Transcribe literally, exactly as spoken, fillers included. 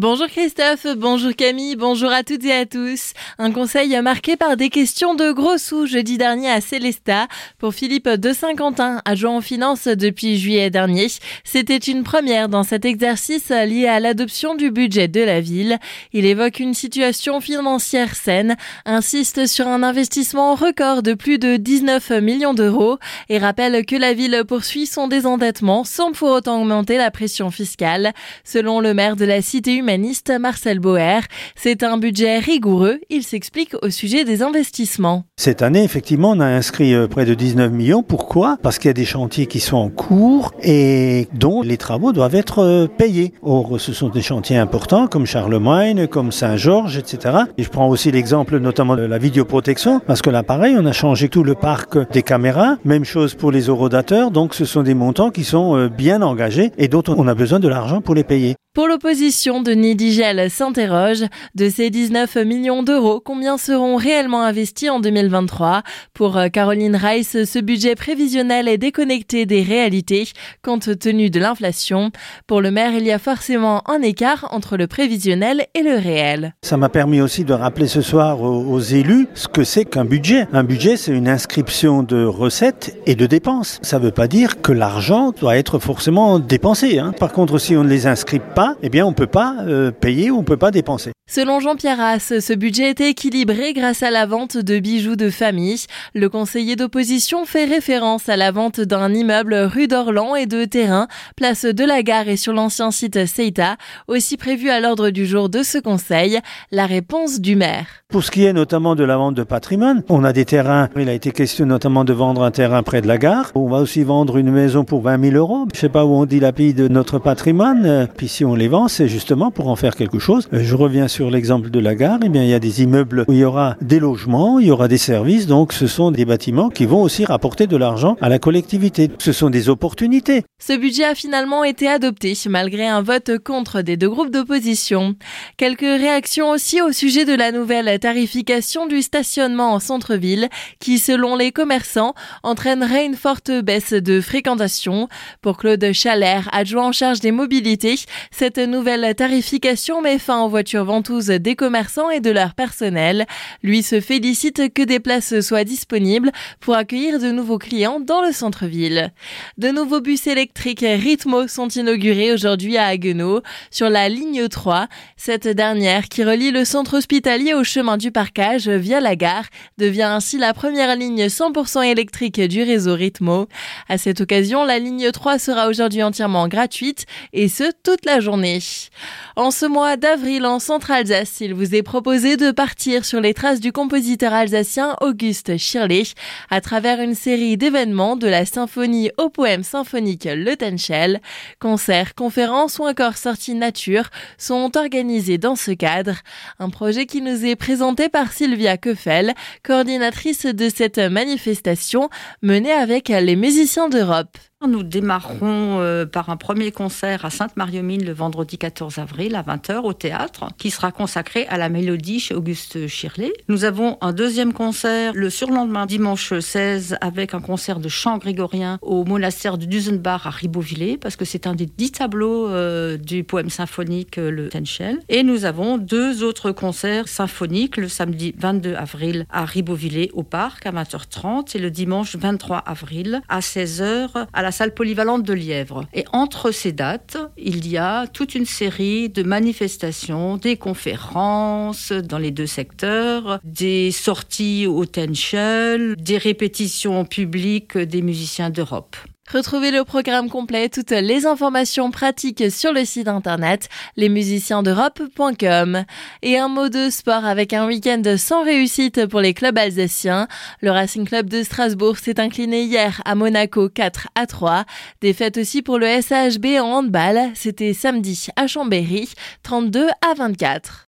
Bonjour Christophe, bonjour Camille, bonjour à toutes et à tous. Un conseil marqué par des questions de gros sous jeudi dernier à Célestat. Pour Philippe de Saint-Quentin, adjoint aux finances depuis juillet dernier, c'était une première dans cet exercice lié à l'adoption du budget de la ville. Il évoque une situation financière saine, insiste sur un investissement record de plus de dix-neuf millions d'euros et rappelle que la ville poursuit son désendettement sans pour autant augmenter la pression fiscale. Selon le maire de la cité humaniste Marcel Boer, c'est un budget rigoureux. Il s'explique au sujet des investissements. Cette année, effectivement, on a inscrit près de dix-neuf millions. Pourquoi ? Parce qu'il y a des chantiers qui sont en cours et dont les travaux doivent être payés. Or, ce sont des chantiers importants comme Charlemagne, comme Saint-Georges, et cetera. Et je prends aussi l'exemple notamment de la vidéoprotection, parce que là, pareil, on a changé tout le parc des caméras. Même chose pour les horodateurs. Donc, ce sont des montants qui sont bien engagés et dont on a besoin de l'argent pour les payer. Pour l'opposition, Denis Digel s'interroge. De ces dix-neuf millions d'euros, combien seront réellement investis en deux mille vingt-trois ? Pour Caroline Reiss, ce budget prévisionnel est déconnecté des réalités, compte tenu de l'inflation. Pour le maire, il y a forcément un écart entre le prévisionnel et le réel. Ça m'a permis aussi de rappeler ce soir aux, aux élus ce que c'est qu'un budget. Un budget, c'est une inscription de recettes et de dépenses. Ça ne veut pas dire que l'argent doit être forcément dépensé, hein. Par contre, si on ne les inscrit pas, eh bien on ne peut pas euh, payer ou on ne peut pas dépenser. Selon Jean-Pierre Haas, ce budget était équilibré grâce à la vente de bijoux de famille. Le conseiller d'opposition fait référence à la vente d'un immeuble rue d'Orlan et de terrains, place de la Gare et sur l'ancien site Seita, aussi prévu à l'ordre du jour de ce conseil. La réponse du maire. Pour ce qui est notamment de la vente de patrimoine, on a des terrains, il a été question notamment de vendre un terrain près de la gare. On va aussi vendre une maison pour vingt mille euros. Je ne sais pas où on dilapide notre patrimoine. Puis si on les vend, c'est justement pour en faire quelque chose. Je reviens sur l'exemple de la gare. Eh bien, il y a des immeubles où il y aura des logements, il y aura des services. Donc, ce sont des bâtiments qui vont aussi rapporter de l'argent à la collectivité. Ce sont des opportunités. Ce budget a finalement été adopté malgré un vote contre des deux groupes d'opposition. Quelques réactions aussi au sujet de la nouvelle tarification du stationnement en centre-ville qui, selon les commerçants, entraînerait une forte baisse de fréquentation. Pour Claude Chalère, adjoint en charge des mobilités, cette nouvelle tarification met fin aux voitures ventouses des commerçants et de leur personnel. Lui se félicite que des places soient disponibles pour accueillir de nouveaux clients dans le centre-ville. De nouveaux bus électriques Ritmo sont inaugurés aujourd'hui à Haguenau sur la ligne trois. Cette dernière, qui relie le centre hospitalier au chemin du parcage via la gare, devient ainsi la première ligne cent pour cent électrique du réseau Ritmo. À cette occasion, la ligne trois sera aujourd'hui entièrement gratuite et ce, toute la journée. En ce mois d'avril en Centre-Alsace, il vous est proposé de partir sur les traces du compositeur alsacien Auguste Schirle à travers une série d'événements de la symphonie au poème symphonique Le Tenchel. Concerts, conférences ou encore sorties nature sont organisés dans ce cadre. Un projet qui nous est présenté par Sylvia Keufel, coordinatrice de cette manifestation menée avec les musiciens d'Europe. Nous démarrerons euh, par un premier concert à Sainte-Marie-aux-Mines le vendredi quatorze avril à vingt heures au théâtre, qui sera consacré à la mélodie chez Auguste Schirle. Nous avons un deuxième concert le surlendemain, dimanche seize, avec un concert de chant grégorien au monastère de Dusenbach à Ribeauvillé, parce que c'est un des dix tableaux euh, du poème symphonique euh, Le Tenchel. Et nous avons deux autres concerts symphoniques le samedi vingt-deux avril à Ribeauvillé au parc à vingt heures trente et le dimanche vingt-trois avril à seize heures à la salle polyvalente de Lièvre. Et entre ces dates, il y a toute une série de manifestations, des conférences dans les deux secteurs, des sorties au Tenchel, des répétitions publiques des musiciens d'Europe. Retrouvez le programme complet, toutes les informations pratiques sur le site internet les musiciens d'europe point com. Et un mot de sport avec un week-end sans réussite pour les clubs alsaciens. Le Racing Club de Strasbourg s'est incliné hier à Monaco quatre à trois. Défaite aussi pour le S A H B en handball. C'était samedi à Chambéry, trente-deux à vingt-quatre.